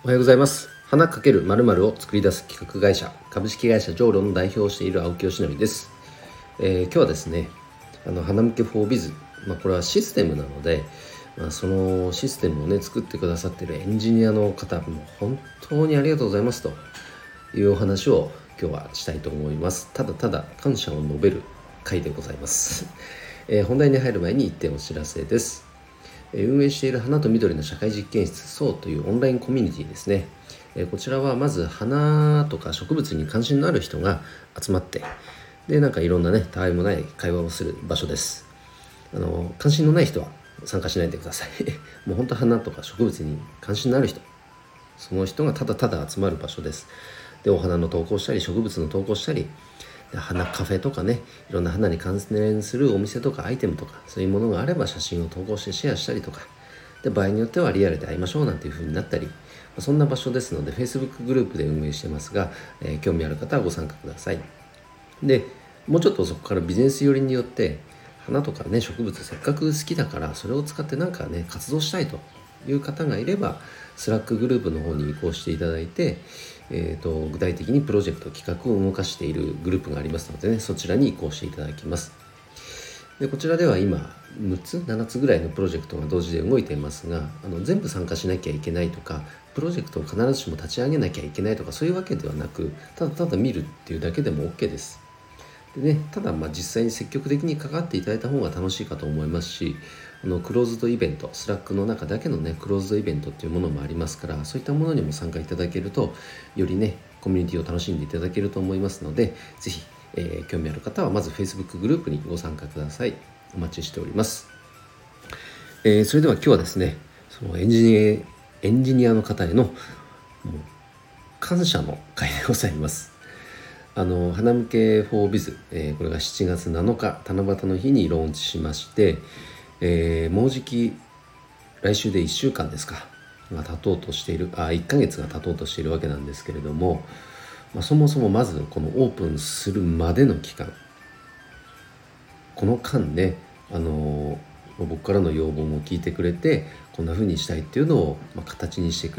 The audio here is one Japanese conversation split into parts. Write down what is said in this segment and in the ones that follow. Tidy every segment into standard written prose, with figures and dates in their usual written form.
おはようございます。花×〇〇を作り出す企画会社株式会社ジョーロの代表をしている青木よしのりです。今日はですね、花向け 4biz、これはシステムなので、そのシステムをね作ってくださっているエンジニアの方、もう本当にありがとうございますというお話を今日はしたいと思います。ただただ感謝を述べる回でございます。本題に入る前に1点お知らせです。運営している花と緑の社会実験室 SOU というオンラインコミュニティですね。こちらはまず花とか植物に関心のある人が集まって、でいろんなねたわいもない会話をする場所です。関心のない人は参加しないでください。もう本当花とか植物に関心のある人、その人がただただ集まる場所です。でお花の投稿したり植物の投稿したり、花カフェとかね、いろんな花に関連するお店とかアイテムとかそういうものがあれば写真を投稿してシェアしたりとかで、場合によってはリアルで会いましょうなんていう風になったり、そんな場所ですので Facebook グループで運営してますが、興味ある方はご参加ください。でもうちょっとそこからビジネス寄りによって、花とかね植物せっかく好きだからそれを使って活動したいという方がいれば、スラックグループの方に移行していただいて、具体的にプロジェクト企画を動かしているグループがありますのでね、そちらに移行していただきます。でこちらでは今6つ7つぐらいのプロジェクトが同時で動いていますが、全部参加しなきゃいけないとか、プロジェクトを必ずしも立ち上げなきゃいけないとか、そういうわけではなく、ただただ見るっていうだけでも OK です。でね、ただ実際に積極的に関わっていただいた方が楽しいかと思いますし、クローズドイベント、スラックの中だけのねクローズドイベントっていうものもありますから、そういったものにも参加いただけるとよりねコミュニティを楽しんでいただけると思いますので、ぜひ、興味ある方はまず Facebook グループにご参加ください。お待ちしております。それでは今日はですね、そのエンジニアの方へのもう感謝の会でございます。花向け 4biz、これが7月7日七夕の日にローンチしまして、もうじき来週で1週間ですかが経とうとしている1ヶ月が経とうとしているわけなんですけれども、そもそもまずこのオープンするまでの期間、この間ね、僕からの要望も聞いてくれて、こんな風にしたいっていうのを、形にして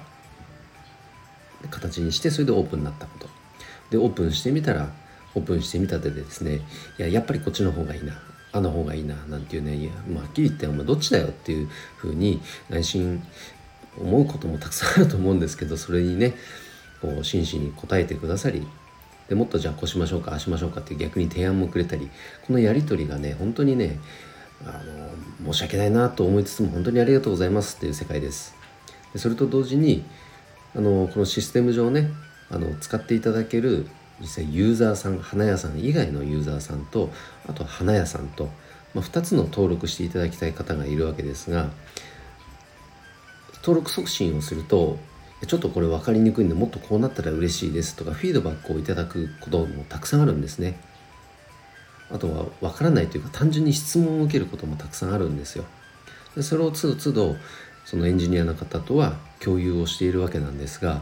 それでオープンになったことで、オープンしてみたでですね、やっぱりこっちの方がいいな、あの方がいいななんていうね、はっきり言ってお前どっちだよっていう風に内心思うこともたくさんあると思うんですけど、それにねこう真摯に答えてくださり、でもっとじゃあこうしましょうかああしましょうかって逆に提案もくれたり、このやり取りがね本当にね申し訳ないなと思いつつも本当にありがとうございますっていう世界です。でそれと同時にこのシステム上ね使っていただける実際ユーザーさん、花屋さん以外のユーザーさんと、あと花屋さんと、2つの登録していただきたい方がいるわけですが、登録促進をするとちょっとこれ分かりにくいんでもっとこうなったら嬉しいですとかフィードバックをいただくこともたくさんあるんですね。あとは分からないというか単純に質問を受けることもたくさんあるんですよ。でそれを都度都度そのエンジニアの方とは共有をしているわけなんですが、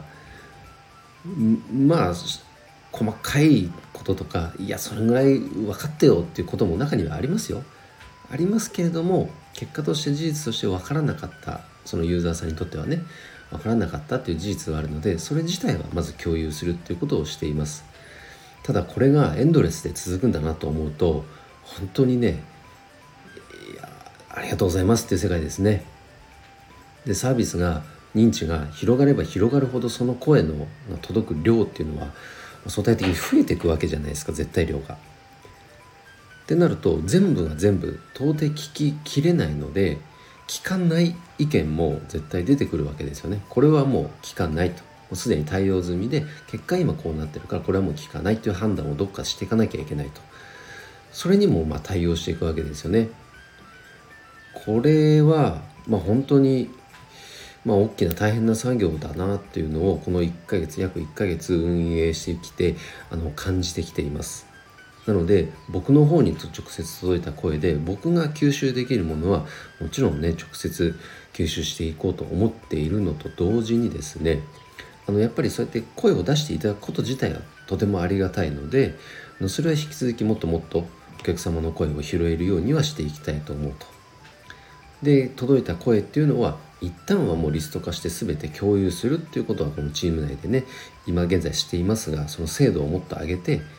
細かいこととか、それぐらい分かってよっていうことも中にはありますよ。ありますけれども、結果として事実として分からなかった、そのユーザーさんにとってはね分からなかったっていう事実があるので、それ自体はまず共有するっていうことをしています。ただこれがエンドレスで続くんだなと思うと、本当にねありがとうございますっていう世界ですね。でサービスが認知が広がれば広がるほど、その声の届く量っていうのは相対的に増えていくわけじゃないですか、絶対量が。ってなると全部が全部到底聞ききれないので、聞かない意見も絶対出てくるわけですよね。これはもう聞かないと、もうすでに対応済みで結果今こうなってるからこれはもう聞かないという判断をどっかしていかなきゃいけないと、それにも対応していくわけですよね。これは本当に大きな大変な作業だなっていうのをこの約1ヶ月運営してきて感じてきています。なので僕の方に直接届いた声で僕が吸収できるものはもちろんね直接吸収していこうと思っているのと同時にですね、やっぱりそうやって声を出していただくこと自体がとてもありがたいので、それは引き続きもっともっとお客様の声を拾えるようにはしていきたいと思うと。で届いた声っていうのは一旦はもうリスト化して全て共有するっていうことはこのチーム内でね今現在していますが、その精度をもっと上げて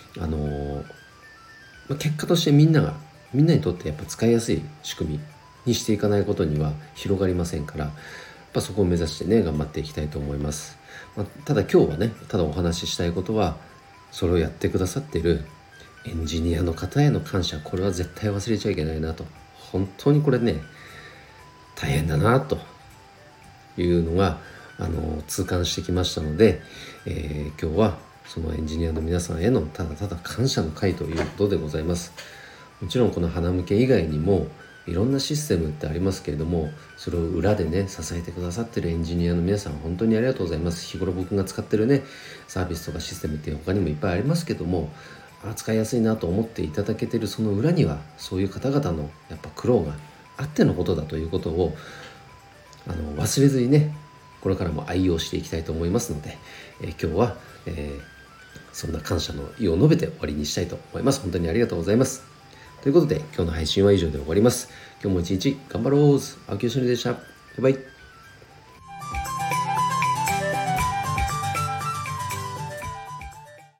結果としてみんなにとってやっぱ使いやすい仕組みにしていかないことには広がりませんから、そこを目指してね頑張っていきたいと思います。ただ今日はねただお話ししたいことは、それをやってくださっているエンジニアの方への感謝、これは絶対忘れちゃいけないなと、本当にこれね大変だなというのが痛感してきましたので、今日はそのエンジニアの皆さんへのただただ感謝の会ということでございます。もちろんこの花向け以外にもいろんなシステムってありますけれども、それを裏でね支えてくださってるエンジニアの皆さん、本当にありがとうございます。日頃僕が使ってるねサービスとかシステムって他にもいっぱいありますけども、使いやすいなと思っていただけてるその裏には、そういう方々のやっぱ苦労があってのことだということを忘れずにねこれからも愛用していきたいと思いますので、今日は、そんな感謝の意を述べて終わりにしたいと思います。本当にありがとうございます。ということで今日の配信は以上で終わります。今日も一日頑張ろう。青木よしのりでした。バイバイ。